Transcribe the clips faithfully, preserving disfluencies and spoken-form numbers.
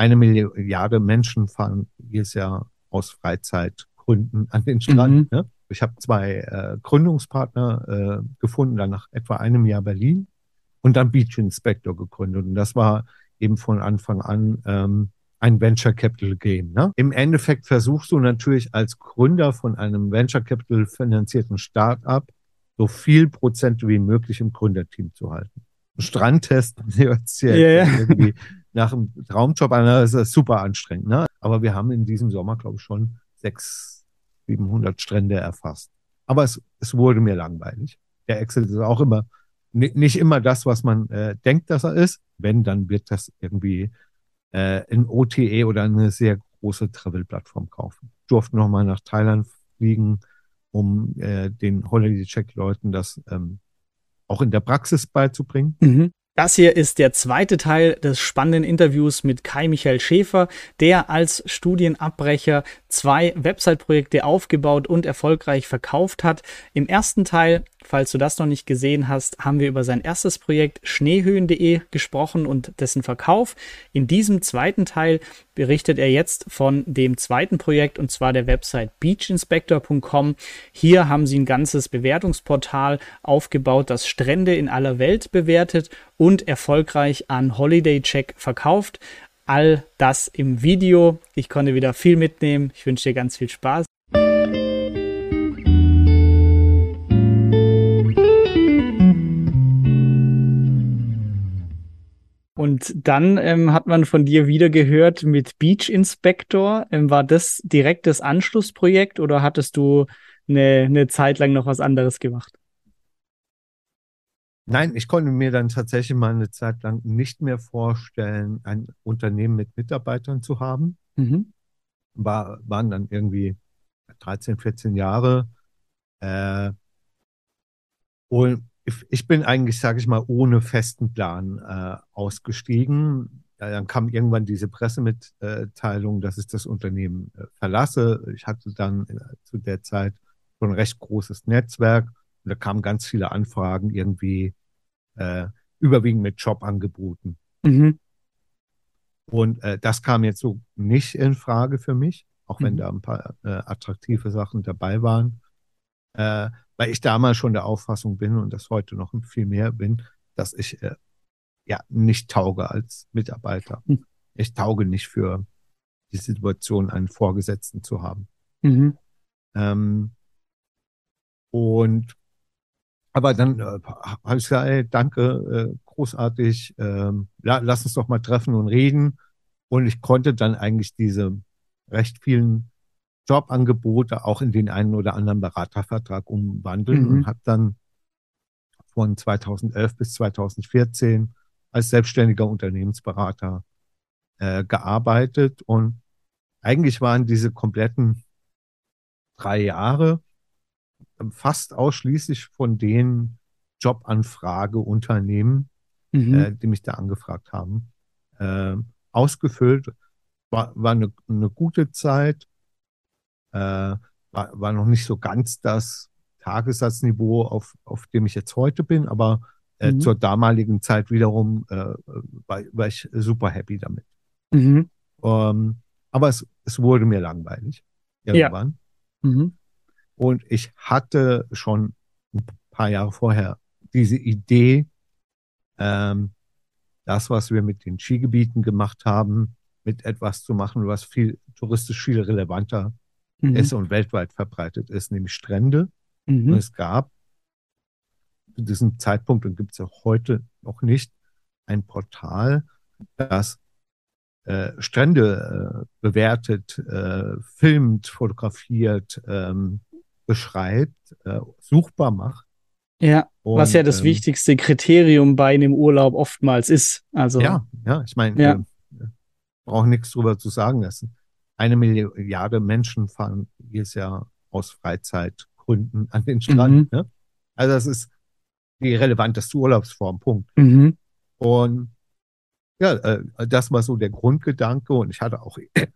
eine Milliarde Menschen fahren jedes Jahr aus Freizeitgründen an den Mhm. Strand. Ne? Ich habe zwei äh, Gründungspartner äh, gefunden, dann nach etwa einem Jahr Berlin und dann Beach Inspector gegründet. Und das war eben von Anfang an ähm, ein Venture Capital Game. Ne? Im Endeffekt versuchst du natürlich als Gründer von einem Venture Capital finanzierten Startup so viel Prozent wie möglich im Gründerteam zu halten. Strandtest hört sich Ja, jetzt ja. irgendwie nach einem Traumjob an, das ist super anstrengend. Ne? Aber wir haben in diesem Sommer, glaube ich, schon sechshundert, siebenhundert Strände erfasst. Aber es, es wurde mir langweilig. Der Excel ist auch immer nicht immer das, was man äh, denkt, dass er ist. Wenn, dann wird das irgendwie äh, ein O T A oder eine sehr große Travel-Plattform kaufen. Ich durfte nochmal nach Thailand fliegen, um äh, den Holiday-Check-Leuten das ähm, auch in der Praxis beizubringen. Mhm. Das hier ist der zweite Teil des spannenden Interviews mit Kai Michael Schäfer, der als Studienabbrecher zwei Website-Projekte aufgebaut und erfolgreich verkauft hat. Im ersten Teil, falls du das noch nicht gesehen hast, haben wir über sein erstes Projekt schneehöhen punkt de gesprochen und dessen Verkauf. In diesem zweiten Teil berichtet er jetzt von dem zweiten Projekt, und zwar der Website beach inspector punkt com. Hier haben sie ein ganzes Bewertungsportal aufgebaut, das Strände in aller Welt bewertet und erfolgreich an Holiday Check verkauft. All das im Video. Ich konnte wieder viel mitnehmen. Ich wünsche dir ganz viel Spaß. Und dann ähm, hat man von dir wieder gehört mit Beach Inspector. Ähm, war das direkt das Anschlussprojekt oder hattest du eine, eine Zeit lang noch was anderes gemacht? Nein, ich konnte mir dann tatsächlich mal eine Zeit lang nicht mehr vorstellen, ein Unternehmen mit Mitarbeitern zu haben. Mhm. War, waren dann irgendwie dreizehn, vierzehn Jahre. Äh, und ich, ich bin eigentlich, sage ich mal, ohne festen Plan äh, ausgestiegen. Ja, dann kam irgendwann diese Pressemitteilung, dass ich das Unternehmen äh, verlasse. Ich hatte dann äh, zu der Zeit schon ein recht großes Netzwerk und da kamen ganz viele Anfragen irgendwie äh, überwiegend mit Jobangeboten. Mhm. Und äh, das kam jetzt so nicht in Frage für mich, auch wenn Mhm. da ein paar äh, attraktive Sachen dabei waren, äh, weil ich damals schon der Auffassung bin und das heute noch viel mehr bin, dass ich äh, ja nicht tauge als Mitarbeiter. Ich tauge nicht für die Situation, einen Vorgesetzten zu haben. Mhm. Ähm, und aber dann äh, habe ich gesagt, ey, danke, äh, großartig, ähm, la lass uns doch mal treffen und reden. Und ich konnte dann eigentlich diese recht vielen Jobangebote auch in den einen oder anderen Beratervertrag umwandeln und Mhm. habe dann von zweitausendelf bis zweitausendvierzehn als selbstständiger Unternehmensberater äh, gearbeitet. Und eigentlich waren diese kompletten drei Jahre fast ausschließlich von den Jobanfrageunternehmen, Mhm. äh, die mich da angefragt haben, äh, ausgefüllt. War, war eine, eine gute Zeit, äh, war, war noch nicht so ganz das Tagessatzniveau, auf, auf dem ich jetzt heute bin, aber äh, Mhm. zur damaligen Zeit wiederum äh, war, war ich super happy damit. Mhm. Ähm, aber es, es wurde mir langweilig Ja. irgendwann. Mhm. Und ich hatte schon ein paar Jahre vorher diese Idee, ähm, das, was wir mit den Skigebieten gemacht haben, mit etwas zu machen, was viel touristisch viel relevanter Mhm. ist und weltweit verbreitet ist, nämlich Strände. Und Mhm. es gab zu diesem Zeitpunkt und gibt es auch heute noch nicht ein Portal, das äh, Strände äh, bewertet, äh, filmt, fotografiert, ähm, beschreibt, äh, suchbar macht. Ja, was ja Und das ähm, wichtigste Kriterium bei einem Urlaub oftmals ist. Also, ja, ja, ich meine, ja. äh, brauche nichts drüber zu sagen lassen. Eine Milliarde Menschen fahren jedes Jahr aus Freizeitgründen an den Strand. Mhm. Ne? Also das ist die relevanteste Urlaubsform, Punkt. Mhm. Und ja, äh, das war so der Grundgedanke. Und ich hatte auch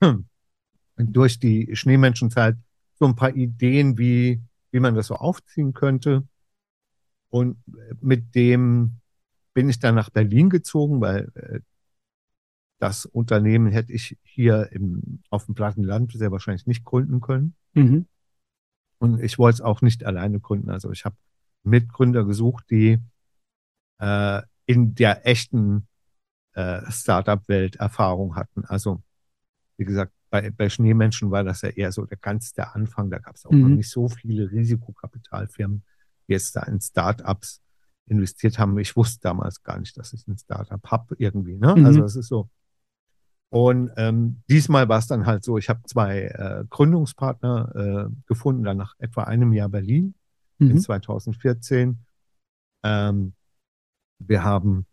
durch die Schneemenschenzeit so ein paar Ideen, wie, wie man das so aufziehen könnte. Und mit dem bin ich dann nach Berlin gezogen, weil äh, das Unternehmen hätte ich hier im, auf dem platten Land sehr wahrscheinlich nicht gründen können. Mhm. Und ich wollte es auch nicht alleine gründen. Also ich habe Mitgründer gesucht, die äh, in der echten äh, Startup-Welt Erfahrung hatten. Also wie gesagt, bei, bei Schneemenschen war das ja eher so der ganz der Anfang. Da gab es auch noch Mhm. nicht so viele Risikokapitalfirmen, die jetzt da in Startups investiert haben. Ich wusste damals gar nicht, dass ich ein Startup habe irgendwie. Ne? Also Mhm. es ist so. Und ähm, diesmal war es dann halt so, ich habe zwei äh, Gründungspartner äh, gefunden, dann nach etwa einem Jahr Berlin in Mhm. zweitausendvierzehn. Ähm, wir haben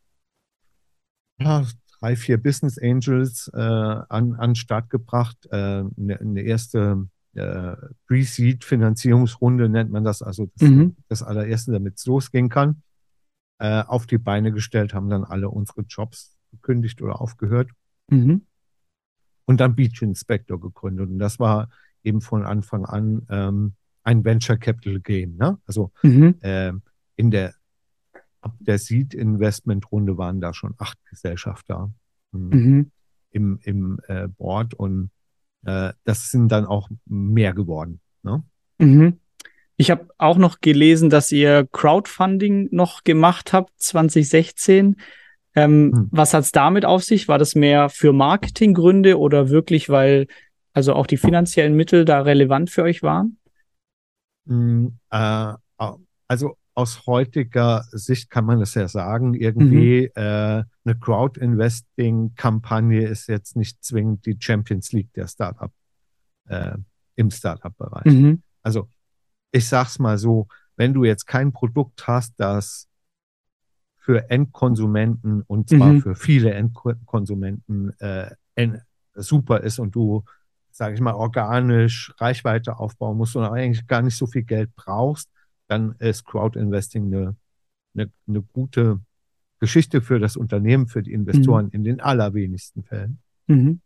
ja, drei, vier Business Angels äh, an, an den Start gebracht. Äh, eine, eine erste äh, Pre-Seed-Finanzierungsrunde nennt man das, also das, Mhm. das allererste, damit es losgehen kann, äh, auf die Beine gestellt, haben dann alle unsere Jobs gekündigt oder aufgehört Mhm. und dann Beach Inspector gegründet. Und das war eben von Anfang an ähm, ein Venture Capital Game. Ne? Also Mhm. äh, in der ab der Seed-Investment-Runde waren da schon acht Gesellschafter hm, Mhm. im, im äh, Board und äh, das sind dann auch mehr geworden. Ne? Mhm. Ich habe auch noch gelesen, dass ihr Crowdfunding noch gemacht habt, zwanzig sechzehn. Ähm, Hm. was hat es damit auf sich? War das mehr für Marketinggründe oder wirklich, weil also auch die finanziellen Mittel da relevant für euch waren? Hm, äh, also aus heutiger Sicht kann man das ja sagen, Mhm. irgendwie äh, eine Crowd-Investing-Kampagne ist jetzt nicht zwingend die Champions League der Startup äh, im Startup-Bereich. Mhm. Also ich sag's mal so, wenn du jetzt kein Produkt hast, das für Endkonsumenten und zwar Mhm. für viele Endkonsumenten äh, en- super ist und du, sage ich mal, organisch Reichweite aufbauen musst und eigentlich gar nicht so viel Geld brauchst, dann ist Crowdinvesting eine, eine, eine gute Geschichte für das Unternehmen, für die Mhm. Investoren in den allerwenigsten Fällen. Mhm.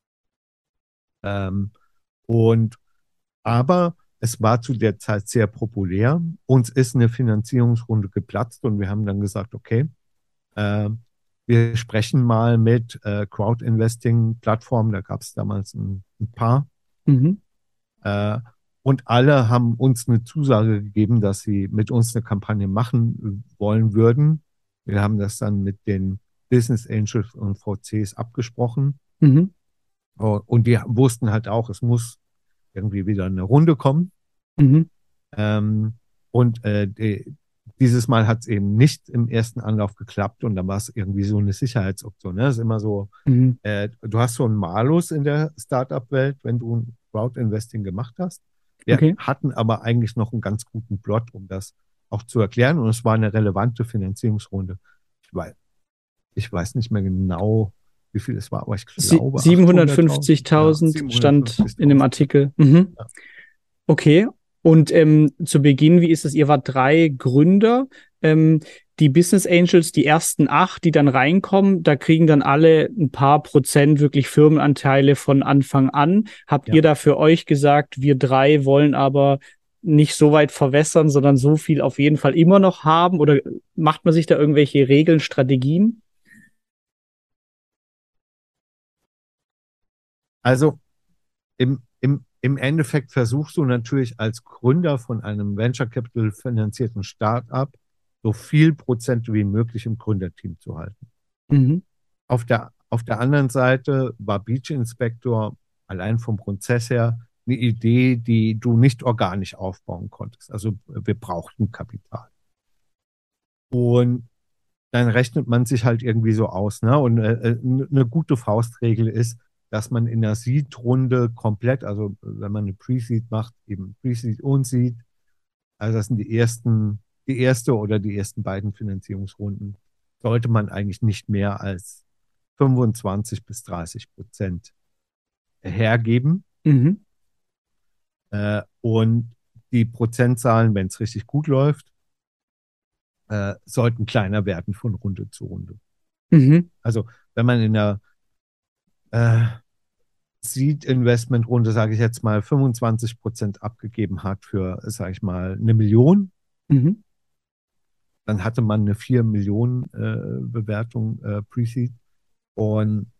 Ähm, und aber es war zu der Zeit sehr populär. Uns ist eine Finanzierungsrunde geplatzt und wir haben dann gesagt, okay, äh, wir sprechen mal mit äh, Crowd-Investing-Plattformen, da gab es damals ein, ein paar. Mhm. Äh, und alle haben uns eine Zusage gegeben, dass sie mit uns eine Kampagne machen wollen würden. Wir haben das dann mit den Business Angels und V Cs abgesprochen. Mhm. Oh, und die wussten halt auch, es muss irgendwie wieder eine Runde kommen. Mhm. Ähm, und äh, die, dieses Mal hat es eben nicht im ersten Anlauf geklappt und dann war es irgendwie so eine Sicherheitsoption. Ne? Das ist immer so, Mhm. äh, du hast so einen Malus in der Startup-Welt, wenn du ein Crowd-Investing gemacht hast. Wir Okay. hatten aber eigentlich noch einen ganz guten Plot, um das auch zu erklären und es war eine relevante Finanzierungsrunde. Ich weiß, ich weiß nicht mehr genau, wie viel es war, aber ich Sie glaube achthunderttausend. Ja, siebenhundertfünfzigtausend stand in dem siebenhundertfünfzigtausend. Artikel. Mhm. Ja. Okay. Und ähm, zu Beginn, wie ist es? Ihr wart drei Gründer. Ähm, die Business Angels, die ersten acht, die dann reinkommen, da kriegen dann alle ein paar Prozent wirklich Firmenanteile von Anfang an. Habt ihr Ja. da für euch gesagt, wir drei wollen aber nicht so weit verwässern, sondern so viel auf jeden Fall immer noch haben? Oder macht man sich da irgendwelche Regeln, Strategien? Also im, im, im Endeffekt versuchst du natürlich als Gründer von einem Venture Capital finanzierten Startup so viel Prozent wie möglich im Gründerteam zu halten. Mhm. Auf der, auf der anderen Seite war Beach Inspector allein vom Prozess her eine Idee, die du nicht organisch aufbauen konntest. Also wir brauchten Kapital. Und dann rechnet man sich halt irgendwie so aus. Ne? Und äh, äh, eine gute Faustregel ist, dass man in der Seed-Runde komplett, also wenn man eine Pre-Seed macht, eben Pre-Seed und Seed, also das sind die ersten, die erste oder die ersten beiden Finanzierungsrunden, sollte man eigentlich nicht mehr als fünfundzwanzig bis dreißig Prozent hergeben. Mhm. Äh, und die Prozentzahlen, wenn es richtig gut läuft, äh, sollten kleiner werden von Runde zu Runde. Mhm. Also wenn man in der äh, Seed-Investment-Runde, sage ich jetzt mal, fünfundzwanzig Prozent abgegeben hat für, sage ich mal, eine Million, Mhm. dann hatte man eine vier Millionen äh, Bewertung äh, Pre-Seed. Und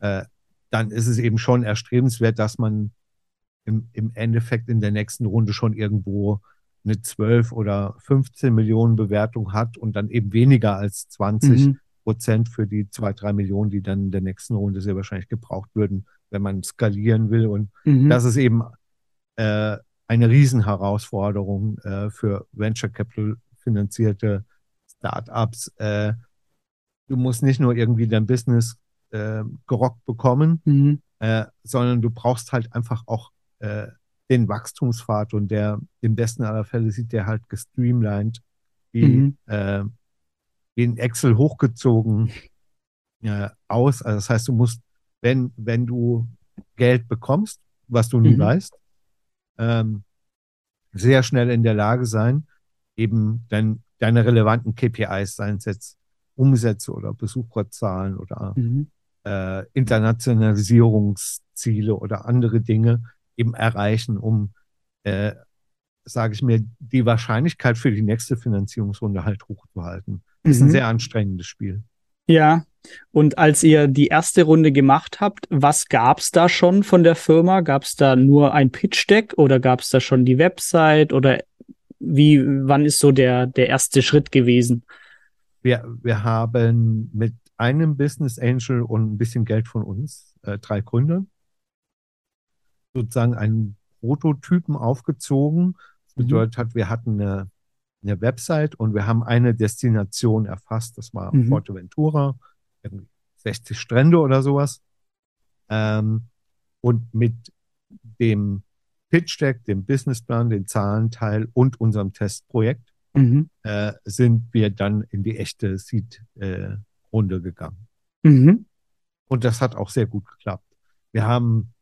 äh, dann ist es eben schon erstrebenswert, dass man im, im Endeffekt in der nächsten Runde schon irgendwo eine zwölf oder fünfzehn Millionen Bewertung hat und dann eben weniger als zwanzig Mhm. Prozent für die zwei, drei Millionen, die dann in der nächsten Runde sehr wahrscheinlich gebraucht würden, wenn man skalieren will. Und Mhm. das ist eben äh, eine Riesenherausforderung äh, für Venture Capital finanzierte Startups. Äh, du musst nicht nur irgendwie dein Business äh, gerockt bekommen, Mhm. äh, sondern du brauchst halt einfach auch äh, den Wachstumspfad und der im besten aller Fälle sieht der halt gestreamlined wie, Mhm. äh, wie in Excel hochgezogen äh, aus. Also das heißt, du musst, wenn, wenn du Geld bekommst, was du nie Mhm. weißt, ähm, sehr schnell in der Lage sein, eben dein, deine relevanten K P Is, seien es jetzt Umsätze oder Besucherzahlen oder Mhm. äh, Internationalisierungsziele oder andere Dinge eben erreichen, um, äh, sage ich mir, die Wahrscheinlichkeit für die nächste Finanzierungsrunde halt hochzuhalten. Ist ein Mhm. sehr anstrengendes Spiel. Ja, und als ihr die erste Runde gemacht habt, was gab es da schon von der Firma? Gab es da nur ein Pitch-Deck oder gab es da schon die Website oder wie, wann ist so der, der erste Schritt gewesen? Wir, wir haben mit einem Business Angel und ein bisschen Geld von uns, äh, drei Gründern, sozusagen einen Prototypen aufgezogen. Das Mhm. bedeutet hat, wir hatten eine, eine Website und wir haben eine Destination erfasst. Das war Mhm. Fuerteventura, irgendwie sechzig Strände oder sowas. Ähm, und mit dem Pitch Deck, dem Businessplan, den Zahlenteil und unserem Testprojekt Mhm. äh, sind wir dann in die echte Seed-Runde äh, gegangen. Mhm. Und das hat auch sehr gut geklappt. Wir haben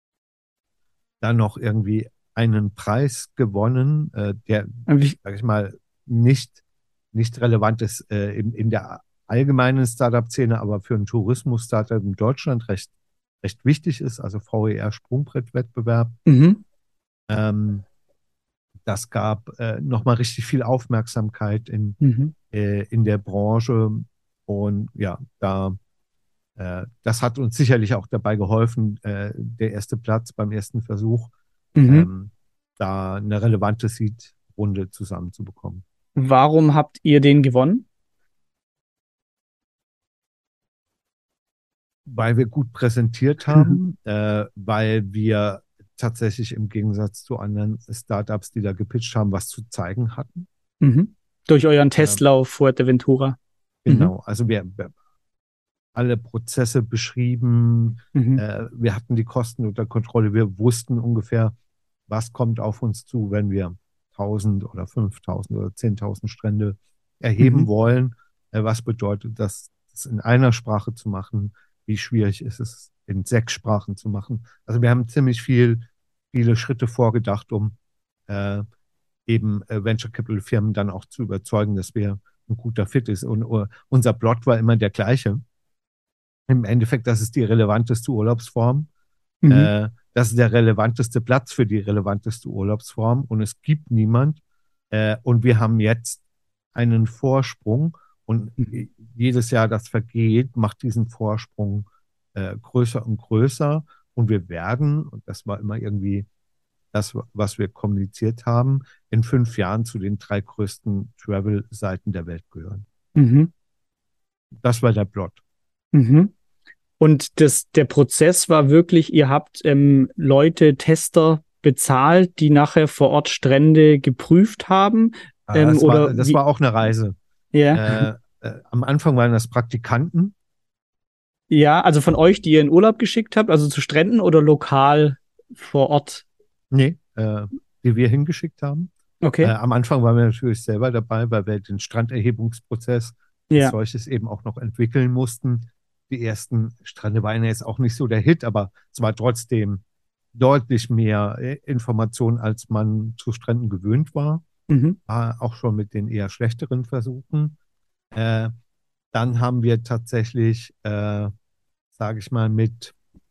dann noch irgendwie einen Preis gewonnen, äh, der, Wie, sage ich mal, nicht, nicht relevant ist äh, in, in der allgemeinen Startup-Szene, aber für einen Tourismus-Startup in Deutschland recht, recht wichtig ist, also V E R-Sprungbrettwettbewerb. mhm. Ähm, das gab äh, nochmal richtig viel Aufmerksamkeit in, Mhm. äh, in der Branche. Und ja, da, äh, das hat uns sicherlich auch dabei geholfen, äh, der erste Platz beim ersten Versuch, Mhm. ähm, da eine relevante Seed-Runde zusammenzubekommen. Warum habt ihr den gewonnen? Weil wir gut präsentiert haben, äh, weil wir tatsächlich im Gegensatz zu anderen Startups, die da gepitcht haben, was zu zeigen hatten. Mhm. Durch euren Ähm, Testlauf Fuerteventura. Mhm. genau, also wir, wir alle Prozesse beschrieben, Mhm. äh, wir hatten die Kosten unter Kontrolle, wir wussten ungefähr, was kommt auf uns zu, wenn wir tausend oder fünftausend oder zehntausend Strände erheben Mhm. wollen. Äh, was bedeutet das, das in einer Sprache zu machen? Wie schwierig ist es, in sechs Sprachen zu machen? Also wir haben ziemlich viel, viele Schritte vorgedacht, um äh, eben äh, Venture Capital Firmen dann auch zu überzeugen, dass wir ein guter Fit ist. Und uh, unser Plot war immer der gleiche. Im Endeffekt, das ist die relevanteste Urlaubsform. Mhm. Äh, das ist der relevanteste Platz für die relevanteste Urlaubsform und es gibt niemand. Äh, und wir haben jetzt einen Vorsprung und Mhm. jedes Jahr, das vergeht, macht diesen Vorsprung äh, größer und größer. Und wir werden, und das war immer irgendwie das, was wir kommuniziert haben, in fünf Jahren zu den drei größten Travel-Seiten der Welt gehören. Mhm. Das war der Plot. Mhm. Und das, der Prozess war wirklich, ihr habt ähm, Leute, Tester bezahlt, die nachher vor Ort Strände geprüft haben, Ah, ähm, Das oder war, das wie? war auch eine Reise. Ja, Äh, äh, am Anfang waren das Praktikanten. ja, also von euch, die ihr in Urlaub geschickt habt, also zu Stränden oder lokal vor Ort? Nee, äh, die wir hingeschickt haben. Äh, Okay, am Anfang waren wir natürlich selber dabei, weil wir den Stranderhebungsprozess als ja. solches eben auch noch entwickeln mussten. Die ersten Strände waren ja jetzt auch nicht so der Hit, aber es war trotzdem deutlich mehr äh, Information, als man zu Stränden gewöhnt war. Mhm. Äh, auch schon mit den eher schlechteren Versuchen. Äh, dann haben wir tatsächlich, äh, sage ich mal, mit,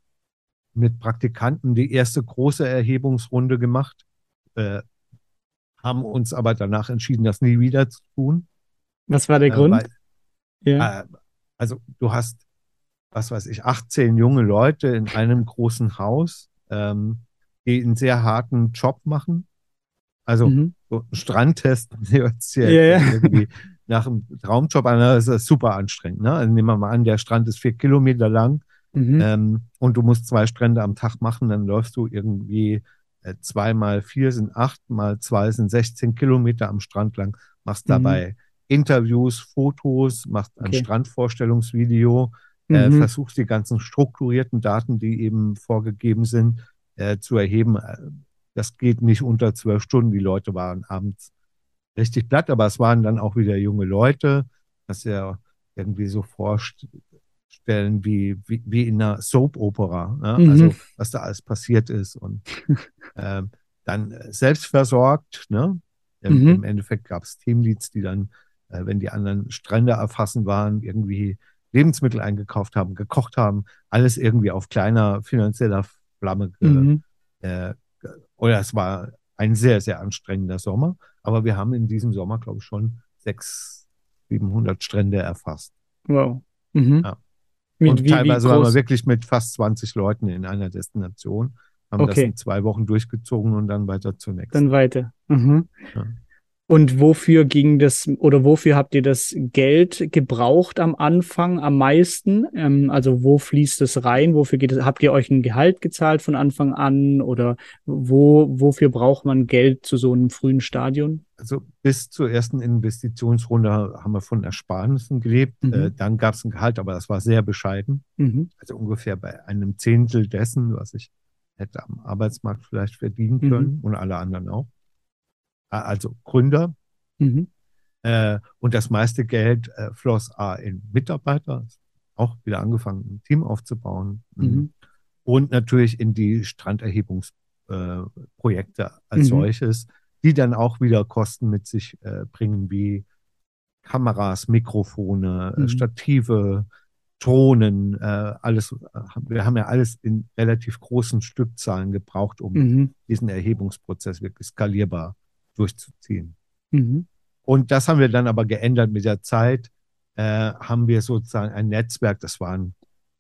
mit Praktikanten die erste große Erhebungsrunde gemacht. Äh, haben uns aber danach entschieden, das nie wieder zu tun, Was war der äh, Grund? weil, Ja. äh, also du hast was weiß ich, achtzehn junge Leute in einem großen Haus, ähm, die einen sehr harten Job machen. Also Mhm. so ein Strandtest hört sich ja Ja, ja. irgendwie nach einem Traumjob an, das ist super anstrengend. Ne? Also nehmen wir mal an, der Strand ist vier Kilometer lang, Mhm. ähm, und du musst zwei Strände am Tag machen, dann läufst du irgendwie äh, zwei mal vier sind acht, mal zwei sind sechzehn Kilometer am Strand lang, machst Mhm. dabei Interviews, Fotos, machst ein Okay. Strandvorstellungsvideo, äh, Mhm. versuchst die ganzen strukturierten Daten, die eben vorgegeben sind, äh, zu erheben. Äh, Das geht nicht unter zwölf Stunden. Die Leute waren abends richtig platt, aber es waren dann auch wieder junge Leute, dass ja irgendwie so vorstellen wie, wie, wie in einer Soap-Opera, ne? Mhm. Also was da alles passiert ist und ähm, dann äh, selbstversorgt, ne? Im, Mhm. Im Endeffekt gab es Teamleads, die dann, äh, wenn die anderen Strände erfassen waren, irgendwie Lebensmittel eingekauft haben, gekocht haben, alles irgendwie auf kleiner finanzieller Flamme ge, Mhm. äh, ge oder es war ein sehr, sehr anstrengender Sommer, aber wir haben in diesem Sommer, glaube ich, schon sechshundert, siebenhundert Strände erfasst. Wow. Mhm. Ja. Mit Und wie, wie teilweise waren wir groß? wirklich mit fast zwanzig Leuten in einer Destination, haben das Okay, in zwei Wochen durchgezogen und dann weiter zur dann nächsten. weiter. Mhm. Ja. Und wofür ging das oder wofür habt ihr das Geld gebraucht am Anfang am meisten? Ähm, also wo fließt es rein? Wofür geht es? Habt ihr euch ein Gehalt gezahlt von Anfang an oder wo, wofür braucht man Geld zu so einem frühen Stadion? Also bis zur ersten Investitionsrunde haben wir von Ersparnissen gelebt. Äh, Mhm. dann gab es ein Gehalt, aber das war sehr bescheiden. Mhm. Also ungefähr bei einem Zehntel dessen, was ich hätte am Arbeitsmarkt vielleicht verdienen Mhm. können und alle anderen auch. Äh, Also Gründer. Mhm. Äh, und das meiste Geld äh, floss A in Mitarbeiter, auch wieder angefangen, ein Team aufzubauen. Mhm. Mhm. Und natürlich in die Stranderhebungsprojekte äh, Projekte als Mhm. solches, die dann auch wieder Kosten mit sich äh, bringen, wie Kameras, Mikrofone, äh, Mhm. Stative, Drohnen, äh, alles. Äh, wir haben ja alles in relativ großen Stückzahlen gebraucht, um Mhm. diesen Erhebungsprozess wirklich skalierbar durchzuziehen. Mhm. Und das haben wir dann aber geändert mit der Zeit. Äh, haben wir sozusagen ein Netzwerk, das waren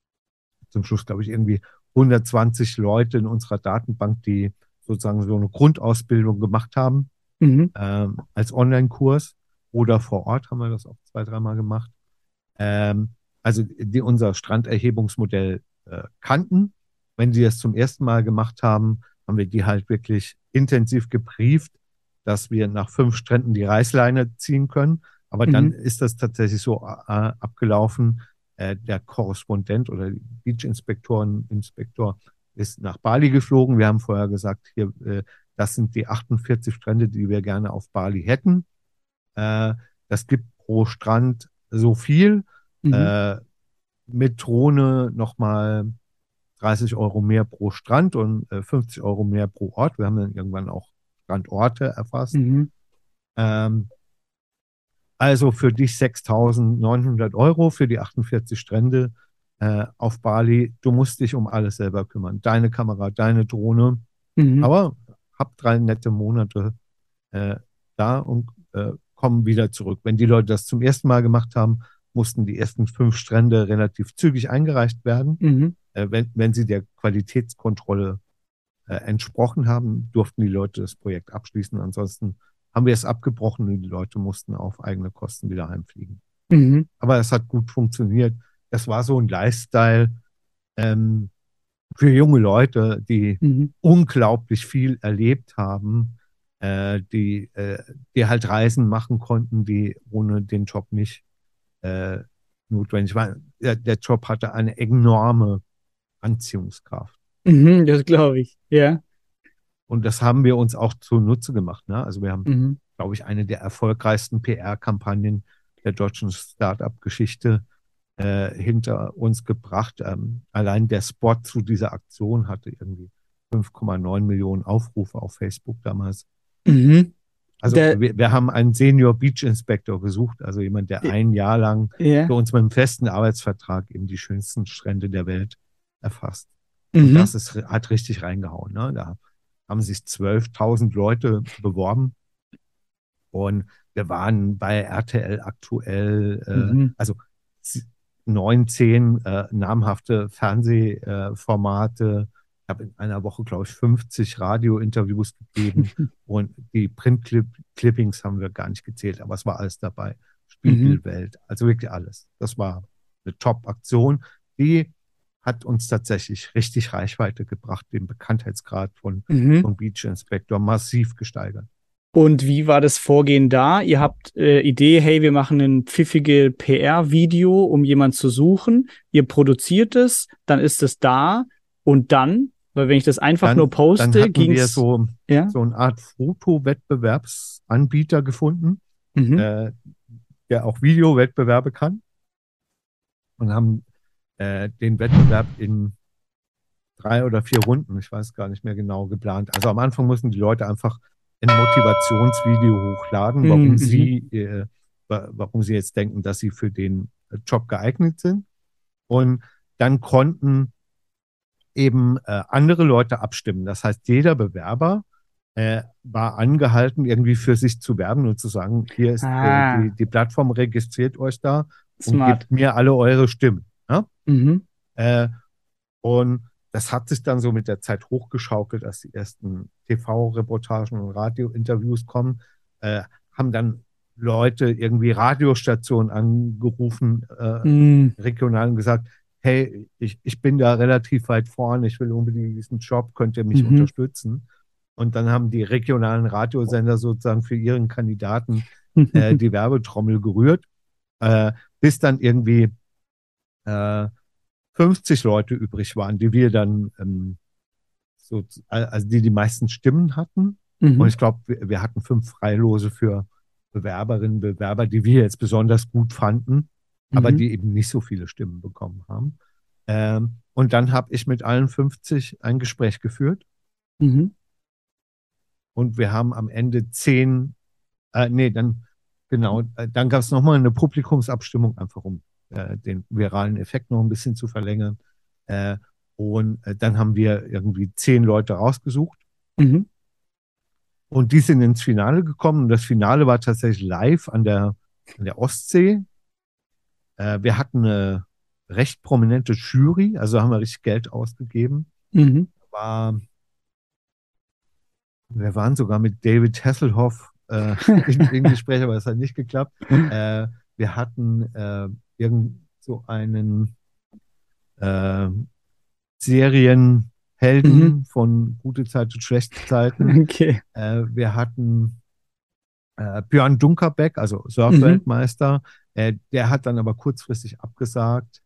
zum Schluss, glaube ich, irgendwie hundertzwanzig Leute in unserer Datenbank, die sozusagen so eine Grundausbildung gemacht haben, Mhm. ähm, als Online-Kurs oder vor Ort haben wir das auch zwei, dreimal gemacht. Ähm, also die unser Stranderhebungsmodell äh, kannten. Wenn die das zum ersten Mal gemacht haben, haben wir die halt wirklich intensiv gebrieft, dass wir nach fünf Stränden die Reißleine ziehen können. Aber dann Mhm. ist das tatsächlich so äh, abgelaufen. Äh, der Korrespondent oder Beach-Inspektoren, Inspektor ist nach Bali geflogen. Wir haben vorher gesagt, hier, äh, das sind die achtundvierzig Strände, die wir gerne auf Bali hätten. Äh, das gibt pro Strand so viel. Mhm. Äh, mit Drohne nochmal dreißig Euro mehr pro Strand und äh, fünfzig Euro mehr pro Ort. Wir haben dann irgendwann auch Strandorte erfasst. Mhm. Ähm, also für dich sechstausendneunhundert Euro für die achtundvierzig Strände äh, auf Bali. Du musst dich um alles selber kümmern. Deine Kamera, deine Drohne. Mhm. Aber hab drei nette Monate äh, da und äh, kommen wieder zurück. Wenn die Leute das zum ersten Mal gemacht haben, mussten die ersten fünf Strände relativ zügig eingereicht werden. Mhm. Äh, wenn, wenn sie der Qualitätskontrolle äh, entsprochen haben, durften die Leute das Projekt abschließen. Ansonsten haben wir es abgebrochen und die Leute mussten auf eigene Kosten wieder heimfliegen. Mhm. Aber es hat gut funktioniert. Das war so ein Lifestyle ähm, für junge Leute, die Mhm. unglaublich viel erlebt haben, äh, die, äh, die halt Reisen machen konnten, die ohne den Job nicht äh, notwendig waren. Der, der Job hatte eine enorme Anziehungskraft. Mhm. Das glaube ich. Ja. Und das haben wir uns auch zunutze gemacht. Ne? Also wir haben, Mhm. glaube ich, eine der erfolgreichsten P R-Kampagnen der deutschen Start-up-Geschichte äh, hinter uns gebracht. Ähm, allein der Spot zu dieser Aktion hatte irgendwie fünf Komma neun Millionen Aufrufe auf Facebook damals. Mhm. Also Der, wir, wir haben einen Senior Beach Inspector gesucht, also jemand, der ein Jahr lang für ja. uns mit einem festen Arbeitsvertrag eben die schönsten Strände der Welt erfasst. Und Mhm. das ist, hat richtig reingehauen. Ne? Da haben sich zwölftausend Leute beworben und wir waren bei R T L aktuell, äh, Mhm. also neun, zehn äh, namhafte Fernsehformate. Ich habe in einer Woche, glaube ich, fünfzig Radiointerviews gegeben und die Print-Clippings haben wir gar nicht gezählt, aber es war alles dabei. Mhm. Spiegelwelt, also wirklich alles. Das war eine Top-Aktion. Die hat uns tatsächlich richtig Reichweite gebracht, den Bekanntheitsgrad von, Mhm. von Beach Inspector massiv gesteigert. Und wie war das Vorgehen da? Ihr habt äh, Idee, hey, wir machen ein pfiffige P R-Video, um jemanden zu suchen. Ihr produziert es, dann ist es da und dann, weil wenn ich das einfach nur Dann, dann poste, hatten wir ging's, so, ja? so eine Art Fotowettbewerbsanbieter gefunden, Mhm. äh, der auch Videowettbewerbe kann und haben äh, den Wettbewerb in drei oder vier Runden, ich weiß gar nicht mehr genau, geplant. Also am Anfang mussten die Leute einfach ein Motivationsvideo hochladen, warum Mhm. sie, äh, warum sie jetzt denken, dass sie für den Job geeignet sind. Und dann konnten eben äh, andere Leute abstimmen. Das heißt, jeder Bewerber äh, war angehalten, irgendwie für sich zu werben und zu sagen, hier ist äh, die, Ah, die Plattform, registriert euch da und smart. gebt mir alle eure Stimmen. Ja? Mhm. Äh, und das hat sich dann so mit der Zeit hochgeschaukelt, dass die ersten T V-Reportagen und Radiointerviews kommen, äh, haben dann Leute irgendwie Radiostationen angerufen, äh, Mhm. regional und gesagt, hey, ich, ich bin da relativ weit vorne, ich will unbedingt diesen Job, könnt ihr mich Mhm. unterstützen? Und dann haben die regionalen Radiosender sozusagen für ihren Kandidaten äh, die Werbetrommel gerührt, äh, bis dann irgendwie äh, fünfzig Leute übrig waren, die wir dann ähm, so, also die die meisten Stimmen hatten. Und Mhm. ich glaube, wir, wir hatten fünf Freilose für Bewerberinnen, Bewerber, die wir jetzt besonders gut fanden, aber Mhm. die eben nicht so viele Stimmen bekommen haben. Ähm, und dann habe ich mit allen fünfzig ein Gespräch geführt Mhm. und wir haben am Ende zehn, äh, nee, dann genau, äh, dann gab es nochmal eine Publikumsabstimmung, einfach um äh, den viralen Effekt noch ein bisschen zu verlängern. Äh, und äh, dann haben wir irgendwie zehn Leute rausgesucht Mhm. und die sind ins Finale gekommen. Und das Finale war tatsächlich live an der, an der Ostsee. Äh, wir hatten eine recht prominente Jury, also haben wir richtig Geld ausgegeben. Mhm. War, wir waren sogar mit David Hasselhoff äh, in, in Gespräch, aber es hat nicht geklappt. Äh, wir hatten äh, irgend so einen äh, Mhm. Serienhelden von Gute Zeiten und Schlechte Zeiten. Okay. Äh, wir hatten äh, Björn Dunkerbeck, also Mhm. Surfweltmeister. Äh, der hat dann aber kurzfristig abgesagt.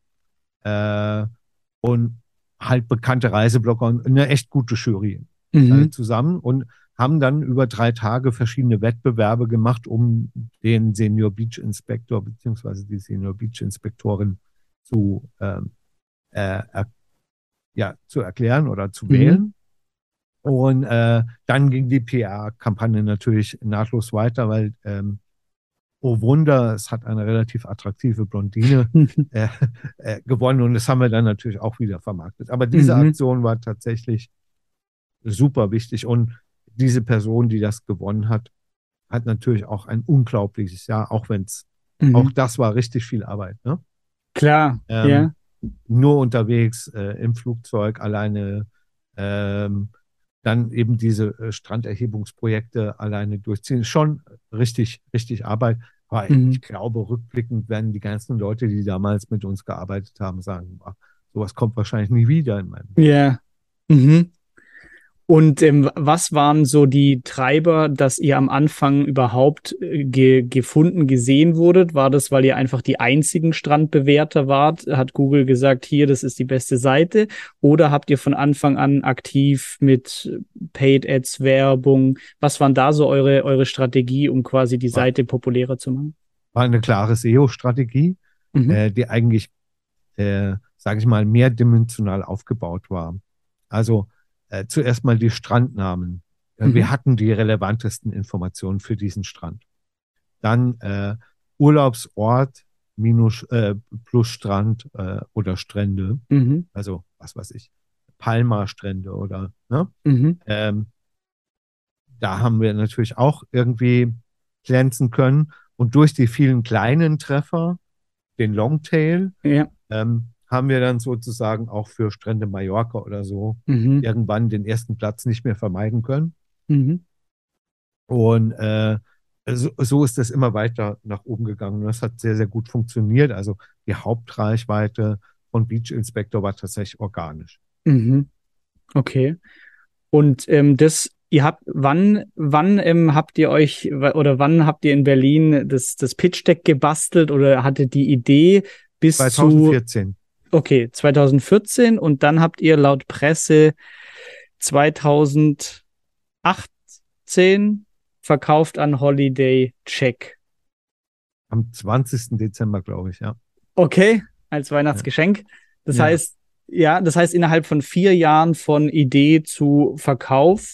Äh, und halt bekannte Reiseblogger und eine echt gute Jury äh, Mhm. zusammen und haben dann über drei Tage verschiedene Wettbewerbe gemacht, um den Senior Beach Inspector beziehungsweise die Senior Beach Inspektorin zu, ähm, äh, er, ja, zu erklären oder zu Mhm. wählen. Und äh, dann ging die P R-Kampagne natürlich nahtlos weiter, weil ähm, oh Wunder, es hat eine relativ attraktive Blondine äh, äh, gewonnen und das haben wir dann natürlich auch wieder vermarktet. Aber diese Mhm. Aktion war tatsächlich super wichtig und diese Person, die das gewonnen hat, hat natürlich auch ein unglaubliches Jahr, auch wenn es, auch Mhm. das war richtig viel Arbeit. Ne? Klar, Ähm, ja. nur unterwegs, äh, im Flugzeug, alleine, ähm, dann eben diese äh, Stranderhebungsprojekte alleine durchziehen. Schon richtig, richtig Arbeit. Aber Mhm. ich glaube, rückblickend werden die ganzen Leute, die damals mit uns gearbeitet haben, sagen, boah, sowas kommt wahrscheinlich nie wieder in meinem Leben. Ja. Mhm. Und ähm, was waren so die Treiber, dass ihr am Anfang überhaupt äh, ge gefunden, gesehen wurdet? War das, weil ihr einfach die einzigen Strandbewerter wart? Hat Google gesagt, hier, das ist die beste Seite? Oder habt ihr von Anfang an aktiv mit Paid Ads, Werbung? Was waren da so eure, eure Strategie, um quasi die War, Seite populärer zu machen? war eine klare S E O-Strategie, Mhm. äh, die eigentlich, äh, sage ich mal, mehrdimensional aufgebaut war. Also äh, zuerst mal die Strandnamen. Äh, wir Mhm. hatten die relevantesten Informationen für diesen Strand. Dann äh, Urlaubsort minus äh, plus Strand äh, oder Strände. Mhm. Also was weiß ich, Palma-Strände oder ne? Mhm. Ähm, da haben wir natürlich auch irgendwie glänzen können. Und durch die vielen kleinen Treffer den Longtail Ja. ähm, haben wir dann sozusagen auch für Strände Mallorca oder so Mhm. irgendwann den ersten Platz nicht mehr vermeiden können. Mhm. Und äh, so, so ist das immer weiter nach oben gegangen. Und das hat sehr, sehr gut funktioniert. Also die Hauptreichweite von Beach Inspector war tatsächlich organisch. Mhm. Okay. Und ähm, das, ihr habt, wann, wann ähm, habt ihr euch wa- oder wann habt ihr in Berlin das, das Pitch Deck gebastelt oder hattet die Idee bis zu, zweitausendvierzehn. okay, zwanzig vierzehn und dann habt ihr laut Presse zwanzig achtzehn verkauft an Holiday Check. Am zwanzigsten Dezember, glaube ich, ja. Okay, als Ja. Weihnachtsgeschenk. Das Ja. heißt, ja, das heißt, innerhalb von vier Jahren von Idee zu Verkauf.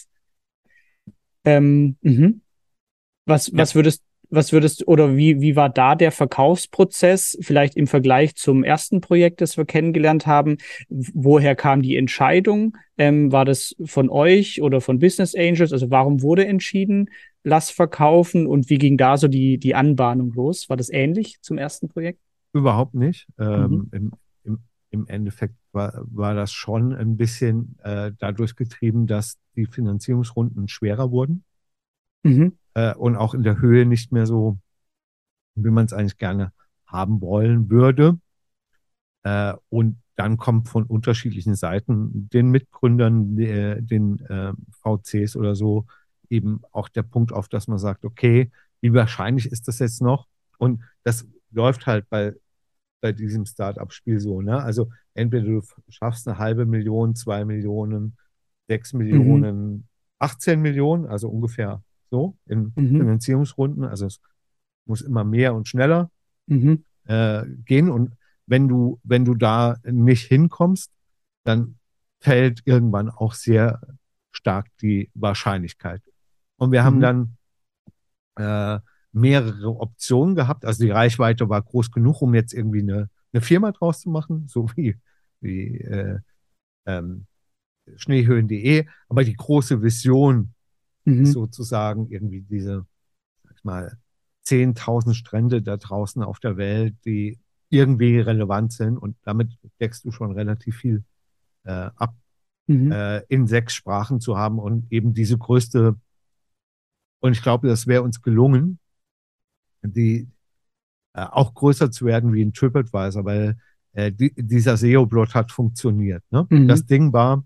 Ähm, mhm. Was, Ja. was würdest, was würdest, oder wie, wie war da der Verkaufsprozess, vielleicht im Vergleich zum ersten Projekt, das wir kennengelernt haben? Woher kam die Entscheidung? Ähm, war das von euch oder von Business Angels? Also warum wurde entschieden, lass verkaufen und wie ging da so die, die Anbahnung los? War das ähnlich zum ersten Projekt? Überhaupt nicht. Mhm. Ähm, im, im, Im Endeffekt war, war das schon ein bisschen äh, dadurch getrieben, dass die Finanzierungsrunden schwerer wurden Mhm. äh, und auch in der Höhe nicht mehr so, wie man es eigentlich gerne haben wollen würde. Äh, und dann kommt von unterschiedlichen Seiten, den Mitgründern, äh, den äh, V Cs oder so, eben auch der Punkt auf, dass man sagt, okay, wie wahrscheinlich ist das jetzt noch? Und das läuft halt bei bei diesem Start-up-Spiel so, ne? Also entweder du schaffst eine halbe Million, zwei Millionen, sechs Mhm. Millionen, achtzehn Millionen, also ungefähr so in Mhm. Finanzierungsrunden. Also es muss immer mehr und schneller Mhm. äh, gehen. Und wenn du, wenn du da nicht hinkommst, dann fällt irgendwann auch sehr stark die Wahrscheinlichkeit. Und wir haben Mhm. dann äh, mehrere Optionen gehabt. Also die Reichweite war groß genug, um jetzt irgendwie eine, eine Firma draus zu machen, so wie, wie äh, ähm, schneehöhen punkt de. Aber die große Vision ist Mhm. sozusagen irgendwie diese, sag ich mal, zehntausend Strände da draußen auf der Welt, die irgendwie relevant sind. Und damit deckst du schon relativ viel äh, ab, Mhm. äh, in sechs Sprachen zu haben und eben diese größte, und ich glaube, das wäre uns gelungen, die, äh, auch größer zu werden wie ein TripAdvisor, weil äh, die, dieser S E O-Plot hat funktioniert. Ne? Mhm. Das Ding war,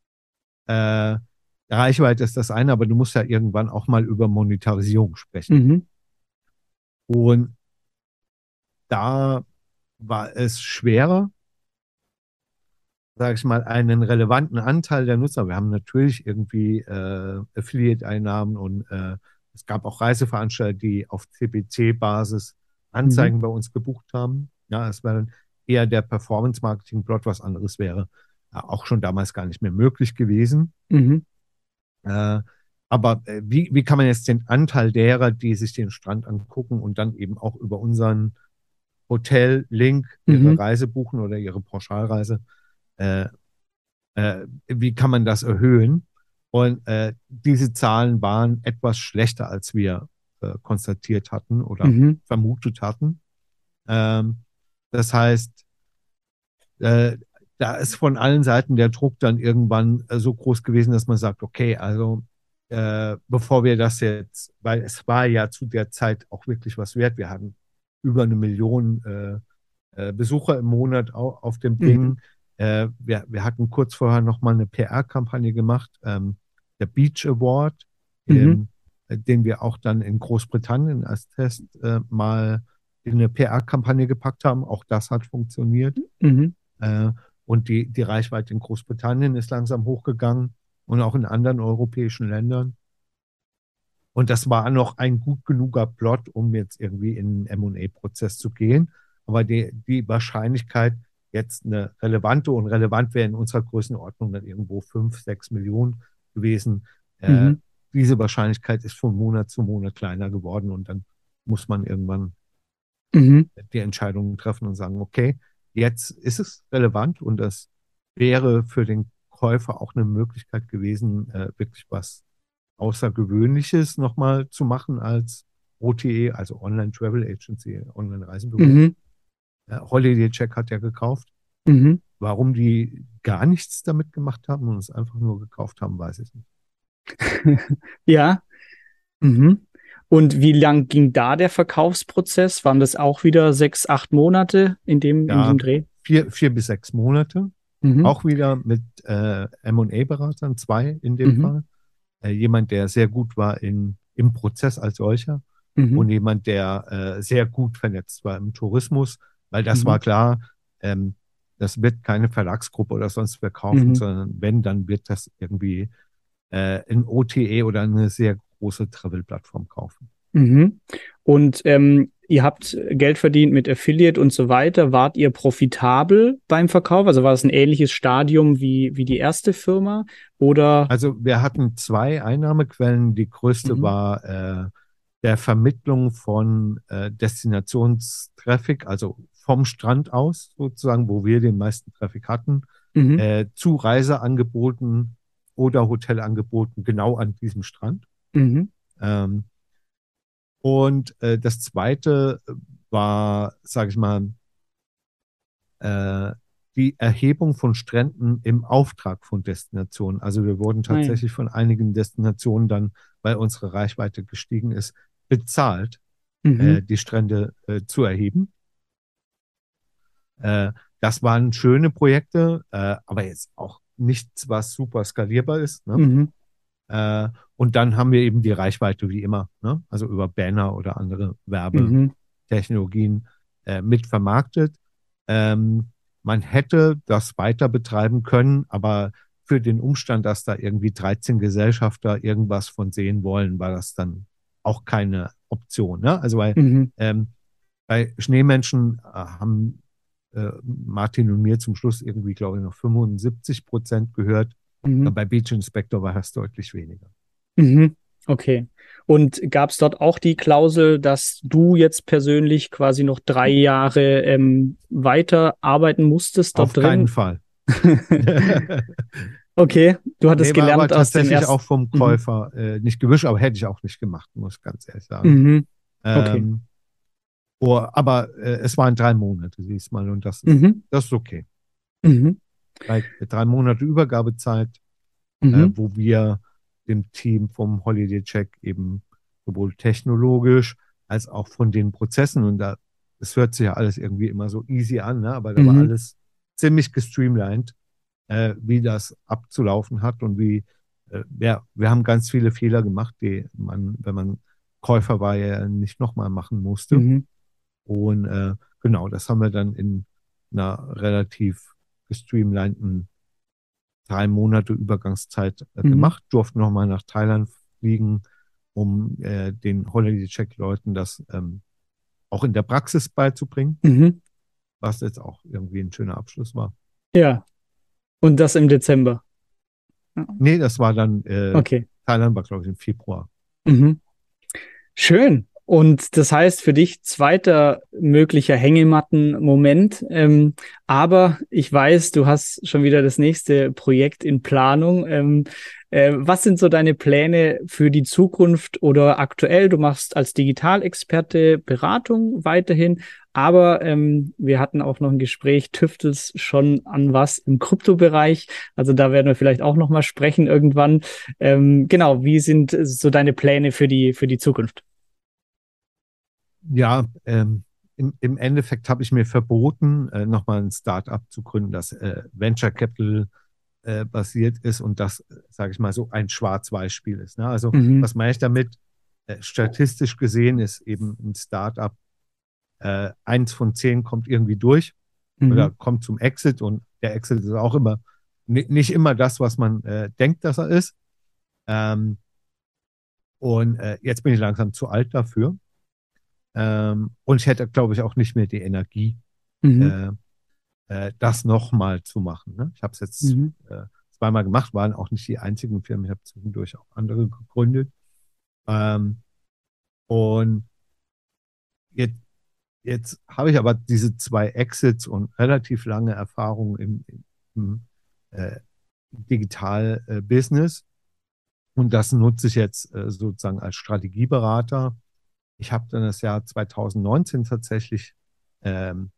äh, Reichweite ist das eine, aber du musst ja irgendwann auch mal über Monetarisierung sprechen. Mhm. Und da war es schwerer, sage ich mal, einen relevanten Anteil der Nutzer. Wir haben natürlich irgendwie äh, Affiliate-Einnahmen und äh, es gab auch Reiseveranstalter, die auf C P C-Basis Mhm. Anzeigen bei uns gebucht haben. Ja, es war dann eher der Performance-Marketing-Plot, was anderes wäre äh, auch schon damals gar nicht mehr möglich gewesen. Mhm. Äh, aber äh, wie, wie kann man jetzt den Anteil derer, die sich den Strand angucken und dann eben auch über unseren Hotel-Link ihre Mhm. Reise buchen oder ihre Pauschalreise, äh, äh, wie kann man das erhöhen? Und äh, diese Zahlen waren etwas schlechter, als wir äh, konstatiert hatten oder Mhm. vermutet hatten. Ähm, das heißt, äh, da ist von allen Seiten der Druck dann irgendwann äh, so groß gewesen, dass man sagt, okay, also äh, bevor wir das jetzt, weil es war ja zu der Zeit auch wirklich was wert. Wir hatten über eine Million äh, äh, Besucher im Monat au auf dem Mhm. Ding. Äh, wir, wir hatten kurz vorher nochmal eine P R-Kampagne gemacht, ähm, der Beach Award, Mhm. ähm, äh, den wir auch dann in Großbritannien als Test äh, mal in eine P R-Kampagne gepackt haben. Auch das hat funktioniert. Mhm. Äh, und die, die Reichweite in Großbritannien ist langsam hochgegangen und auch in anderen europäischen Ländern. Und das war noch ein gut genuger Plot, um jetzt irgendwie in einen M und A-Prozess zu gehen. Aber die, die Wahrscheinlichkeit, jetzt eine relevante und relevant wäre in unserer Größenordnung dann irgendwo fünf, sechs Millionen gewesen. Äh, Mhm. diese Wahrscheinlichkeit ist von Monat zu Monat kleiner geworden und dann muss man irgendwann Mhm. die Entscheidung treffen und sagen, okay, jetzt ist es relevant und das wäre für den Käufer auch eine Möglichkeit gewesen, äh, wirklich was Außergewöhnliches nochmal zu machen als O T A, also Online Travel Agency, Online Reisebüro. Mhm. Äh, Holiday Check hat ja gekauft. Mhm. Warum die gar nichts damit gemacht haben und es einfach nur gekauft haben, weiß ich nicht. Ja. Mhm. Und wie lang ging da der Verkaufsprozess? Waren das auch wieder sechs, acht Monate in dem, in Ja, dem Dreh? vier, vier bis sechs Monate. Mhm. Auch wieder mit äh, M und A-Beratern, zwei in dem Mhm. Fall. Äh, jemand, der sehr gut war in, im Prozess als solcher Mhm. und jemand, der äh, sehr gut vernetzt war im Tourismus, weil das Mhm. war klar, ähm, das wird keine Verlagsgruppe oder sonst wer kaufen, Mhm. sondern wenn, dann wird das irgendwie äh, ein O T A oder eine sehr große Travel-Plattform kaufen. Mhm. Und ähm, ihr habt Geld verdient mit Affiliate und so weiter. Wart ihr profitabel beim Verkauf? Also war es ein ähnliches Stadium wie, wie die erste Firma? Oder? Also wir hatten zwei Einnahmequellen. Die größte Mhm. war äh, der Vermittlung von äh, Destinationstraffic, also vom Strand aus sozusagen, wo wir den meisten Traffic hatten, Mhm. äh, zu Reiseangeboten oder Hotelangeboten genau an diesem Strand. Mhm. Ähm, und äh, das zweite war, sage ich mal, äh, die Erhebung von Stränden im Auftrag von Destinationen. Also wir wurden Ah, ja. tatsächlich von einigen Destinationen dann, weil unsere Reichweite gestiegen ist, bezahlt, Mhm. äh, die Strände äh, zu erheben. Äh, das waren schöne Projekte, äh, aber jetzt auch nichts, was super skalierbar ist. Ne? Mhm. Äh, und dann haben wir eben die Reichweite wie immer, ne? Also über Banner oder andere Mhm. Werbetechnologien äh, mit vermarktet. Ähm, man hätte das weiter betreiben können, aber für den Umstand, dass da irgendwie dreizehn Gesellschafter irgendwas von sehen wollen, war das dann auch keine Option. Ne? Also weil Mhm. ähm, bei Schneemenschen äh, haben äh, Martin und mir zum Schluss irgendwie, glaube ich, noch fünfundsiebzig Prozent gehört. Mhm. Bei Beach Inspector war das deutlich weniger. Mhm. Okay. Und gab es dort auch die Klausel, dass du jetzt persönlich quasi noch drei Jahre ähm, weiter arbeiten musstest dort Auf keinen drin? Fall. Okay, du hattest Nee, war aber gelernt aus dem tatsächlich auch ersten. vom Mhm. Käufer äh, nicht gewünscht, aber hätte ich auch nicht gemacht, muss ich ganz ehrlich sagen. Mhm. Okay. Ähm, oh, aber äh, es waren drei Monate diesmal und das ist, Mhm. das ist okay. Mhm. Drei, drei Monate Übergabezeit, äh, Mhm. wo wir dem Team vom Holiday Check eben sowohl technologisch als auch von den Prozessen und da, es hört sich ja alles irgendwie immer so easy an, ne? Aber da war Mhm. alles ziemlich gestreamlined, äh, wie das abzulaufen hat und wie, äh, ja, wir haben ganz viele Fehler gemacht, die man, wenn man Käufer war, ja nicht nochmal machen musste. Mhm. Und äh, genau, das haben wir dann in einer relativ gestreamlinten drei Monate Übergangszeit äh, Mhm. gemacht, durften nochmal nach Thailand fliegen, um äh, den Holiday Check-Leuten das ähm, auch in der Praxis beizubringen, Mhm. was jetzt auch irgendwie ein schöner Abschluss war. Ja, und das im Dezember. Ja. Nee, das war dann, äh, Okay. Thailand war, glaube ich, im Februar. Mhm. Schön. Und das heißt für dich zweiter möglicher Hängematten-Moment. Ähm, aber ich weiß, du hast schon wieder das nächste Projekt in Planung. Ähm, äh, was sind so deine Pläne für die Zukunft oder aktuell? Du machst als Digitalexperte Beratung weiterhin, aber ähm, wir hatten auch noch ein Gespräch, tüftelst schon an was im Kryptobereich. Also da werden wir vielleicht auch noch mal sprechen irgendwann. Ähm, genau, wie sind so deine Pläne für die, für die Zukunft? Ja, ähm, im, im Endeffekt habe ich mir verboten, äh, nochmal ein Start-up zu gründen, das äh, Venture Capital äh, basiert ist und das, sage ich mal, so ein Schwarz-Weiß-Spiel ist. Ne? Also, Mhm. was meine ich damit? Äh, statistisch gesehen ist eben ein Start-up, äh, eins von zehn kommt irgendwie durch oder Mhm. kommt zum Exit und der Exit ist auch immer ni- nicht immer das, was man äh, denkt, dass er ist. Ähm, und äh, jetzt bin ich langsam zu alt dafür. Ähm, und ich hätte, glaube ich, auch nicht mehr die Energie, Mhm. äh, äh, das nochmal zu machen. Ne? Ich habe es jetzt Mhm. äh, zweimal gemacht, waren auch nicht die einzigen Firmen. Ich habe zwischendurch auch andere gegründet. Ähm, und jetzt, jetzt habe ich aber diese zwei Exits und relativ lange Erfahrung im, im äh, Digital-Business. Und das nutze ich jetzt äh, sozusagen als Strategieberater. Ich habe dann das Jahr zwanzig neunzehn tatsächlich ähm,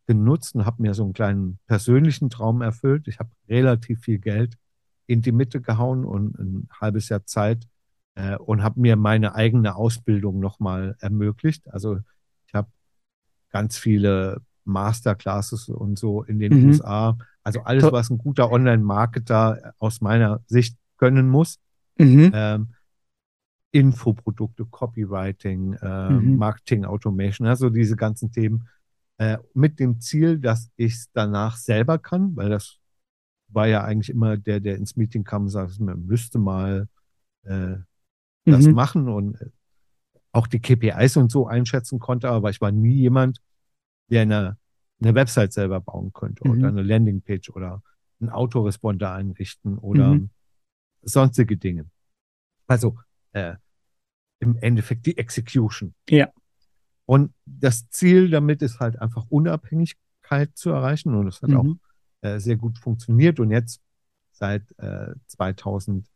genutzt und habe mir so einen kleinen persönlichen Traum erfüllt. Ich habe relativ viel Geld in die Mitte gehauen und ein halbes Jahr Zeit äh, und habe mir meine eigene Ausbildung nochmal ermöglicht. Also ich habe ganz viele Masterclasses und so in den Mhm. U S A. Also alles, To was ein guter Online-Marketer aus meiner Sicht können muss. mhm. Ähm, Infoprodukte, Copywriting, ähm, Mhm. Marketing Automation, also diese ganzen Themen, äh, mit dem Ziel, dass ich es danach selber kann, weil das war ja eigentlich immer der, der ins Meeting kam und sagte, man müsste mal äh, das Mhm. machen und äh, auch die K P Is und so einschätzen konnte, aber ich war nie jemand, der eine, eine Website selber bauen könnte oder Mhm. eine Landingpage oder einen Autoresponder einrichten oder Mhm. sonstige Dinge. Also äh, im Endeffekt die Execution. Ja. Und das Ziel damit ist halt einfach Unabhängigkeit zu erreichen. Und das hat auch Mhm. äh, sehr gut funktioniert. Und jetzt seit äh, zwanzig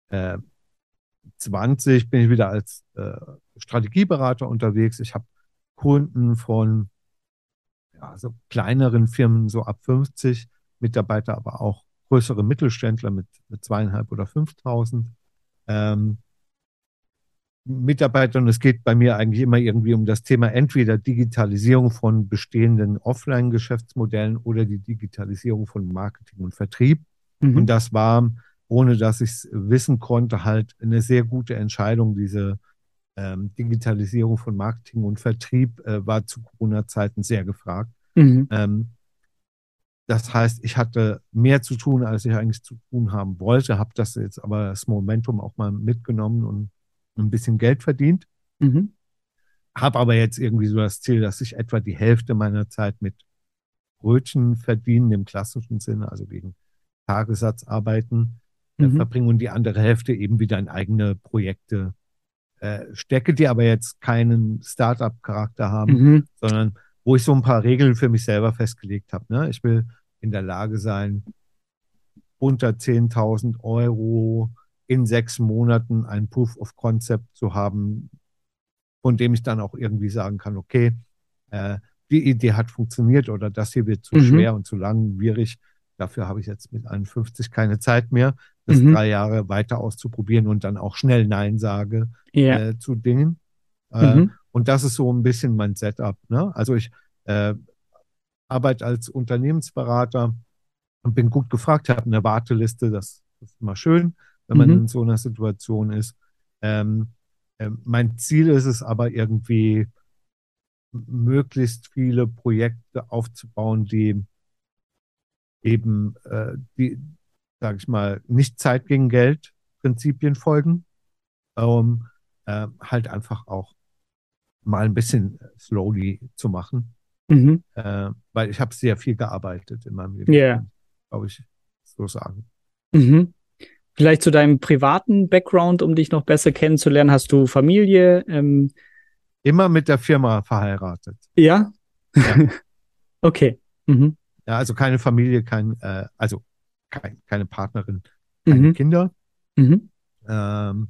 zwanzig bin ich wieder als äh, Strategieberater unterwegs. Ich habe Kunden von ja, so kleineren Firmen, so ab fünfzig Mitarbeiter, aber auch größere Mittelständler mit, mit zweieinhalb oder fünftausend ähm, Mitarbeitern. Und es geht bei mir eigentlich immer irgendwie um das Thema entweder Digitalisierung von bestehenden Offline-Geschäftsmodellen oder die Digitalisierung von Marketing und Vertrieb. Und Mhm. das war, ohne dass ich es wissen konnte, halt eine sehr gute Entscheidung. Diese ähm, Digitalisierung von Marketing und Vertrieb äh, war zu Corona-Zeiten sehr gefragt. Mhm. Ähm, das heißt, ich hatte mehr zu tun, als ich eigentlich zu tun haben wollte, habe das jetzt aber das Momentum auch mal mitgenommen und ein bisschen Geld verdient. Mhm. Habe aber jetzt irgendwie so das Ziel, dass ich etwa die Hälfte meiner Zeit mit Brötchen verdienen im klassischen Sinne, also wegen Tagessatzarbeiten, äh, Mhm. verbringe und die andere Hälfte eben wieder in eigene Projekte äh, stecke, die aber jetzt keinen Startup-Charakter haben, Mhm. sondern wo ich so ein paar Regeln für mich selber festgelegt habe. Ne? Ich will in der Lage sein, unter zehntausend Euro in sechs Monaten ein Proof of Concept zu haben, von dem ich dann auch irgendwie sagen kann, okay, äh, die Idee hat funktioniert oder das hier wird zu Mhm. schwer und zu langwierig. Dafür habe ich jetzt mit einundfünfzig keine Zeit mehr, das Mhm. drei Jahre weiter auszuprobieren und dann auch schnell Nein sage Ja. äh, zu Dingen. Äh, Mhm. und das ist so ein bisschen mein Setup. Ne? Also ich äh, arbeite als Unternehmensberater und bin gut gefragt, habe eine Warteliste, das ist immer schön, wenn man Mhm. in so einer Situation ist. Ähm, ähm, mein Ziel ist es aber irgendwie, möglichst viele Projekte aufzubauen, die eben äh, die, sage ich mal, nicht Zeit gegen Geld Prinzipien folgen, um äh, halt einfach auch mal ein bisschen slowly zu machen, Mhm. äh, weil ich habe sehr viel gearbeitet in meinem Leben, Ja. glaube ich, so sagen. Mhm. Vielleicht zu deinem privaten Background, um dich noch besser kennenzulernen. Hast du Familie? Ähm, Immer mit der Firma verheiratet. ja? Ja, Okay. Mhm. ja also keine Familie, kein, äh, also kein, keine Partnerin, keine Mhm. Kinder. Mhm. Ähm,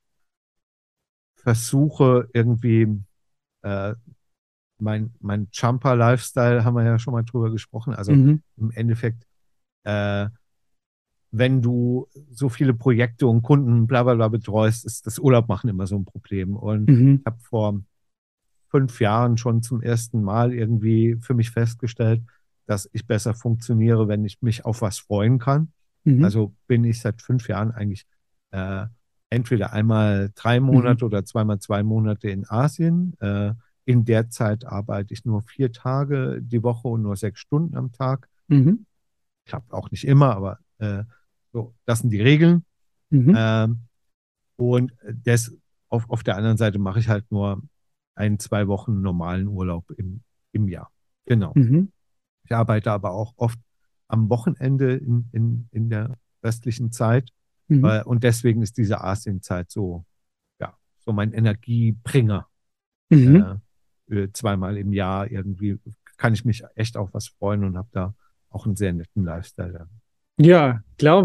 versuche irgendwie äh, mein, mein Jumper-Lifestyle, haben wir ja schon mal drüber gesprochen. Also Mhm. im Endeffekt, äh, wenn du so viele Projekte und Kunden bla bla bla betreust, ist das Urlaub machen immer so ein Problem. Und Mhm. ich habe vor fünf Jahren schon zum ersten Mal irgendwie für mich festgestellt, dass ich besser funktioniere, wenn ich mich auf was freuen kann. Mhm. Also bin ich seit fünf Jahren eigentlich äh, entweder einmal drei Mhm. Monate oder zweimal zwei Monate in Asien. Äh, in der Zeit arbeite ich nur vier Tage die Woche und nur sechs Stunden am Tag. Mhm. Klappt auch nicht immer, aber äh, so, das sind die Regeln. Mhm. Ähm, und das, auf, auf der anderen Seite mache ich halt nur ein, zwei Wochen normalen Urlaub im, im Jahr. Genau. Mhm. Ich arbeite aber auch oft am Wochenende in, in, in der restlichen Zeit. Mhm. Äh, und deswegen ist diese Asienzeit so, ja, so mein Energiebringer. Mhm. Äh, äh, zweimal im Jahr irgendwie kann ich mich echt auf was freuen und habe da auch einen sehr netten Lifestyle. Ja, glaube ich.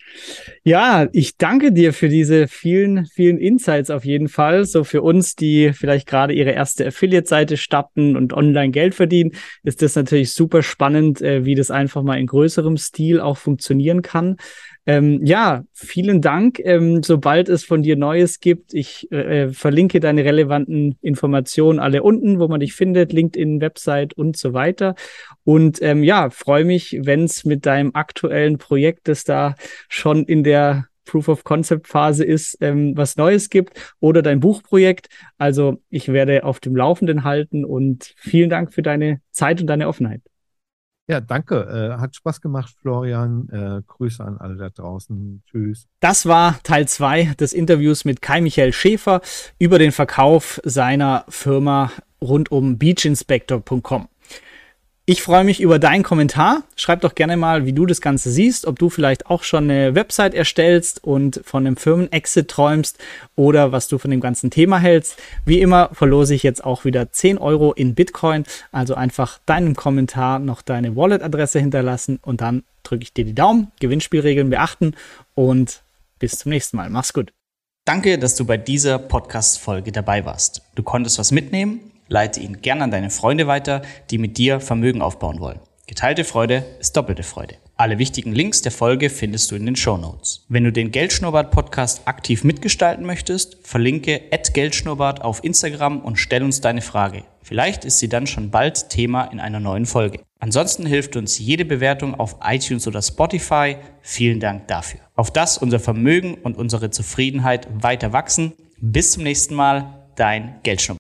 Ja, ich danke dir für diese vielen, vielen Insights auf jeden Fall. So für uns, die vielleicht gerade ihre erste Affiliate-Seite starten und online Geld verdienen, ist das natürlich super spannend, äh, wie das einfach mal in größerem Stil auch funktionieren kann. Ähm, ja, vielen Dank. Ähm, sobald es von dir Neues gibt, ich äh, verlinke deine relevanten Informationen alle unten, wo man dich findet, LinkedIn, Website und so weiter. Und ähm, ja, freue mich, wenn es mit deinem aktuellen Projekt, das da schon in der Proof-of-Concept-Phase ist, ähm, was Neues gibt oder dein Buchprojekt. Also ich werde auf dem Laufenden halten und vielen Dank für deine Zeit und deine Offenheit. Ja, danke. Äh, hat Spaß gemacht, Florian. Äh, Grüße an alle da draußen. Tschüss. Das war Teil zwei des Interviews mit Kai-Michael Schäfer über den Verkauf seiner Firma rund um beach inspector punkt com. Ich freue mich über deinen Kommentar. Schreib doch gerne mal, wie du das Ganze siehst, ob du vielleicht auch schon eine Website erstellst und von einem Firmen-Exit träumst oder was du von dem ganzen Thema hältst. Wie immer verlose ich jetzt auch wieder zehn Euro in Bitcoin. Also einfach deinem Kommentar noch deine Wallet-Adresse hinterlassen und dann drücke ich dir die Daumen. Gewinnspielregeln beachten und bis zum nächsten Mal. Mach's gut. Danke, dass du bei dieser Podcast-Folge dabei warst. Du konntest was mitnehmen? Leite ihn gern an deine Freunde weiter, die mit dir Vermögen aufbauen wollen. Geteilte Freude ist doppelte Freude. Alle wichtigen Links der Folge findest du in den Shownotes. Wenn du den Geldschnurrbart-Podcast aktiv mitgestalten möchtest, verlinke at geldschnurrbart auf Instagram und stell uns deine Frage. Vielleicht ist sie dann schon bald Thema in einer neuen Folge. Ansonsten hilft uns jede Bewertung auf iTunes oder Spotify. Vielen Dank dafür. Auf dass unser Vermögen und unsere Zufriedenheit weiter wachsen. Bis zum nächsten Mal, dein Geldschnurrbart.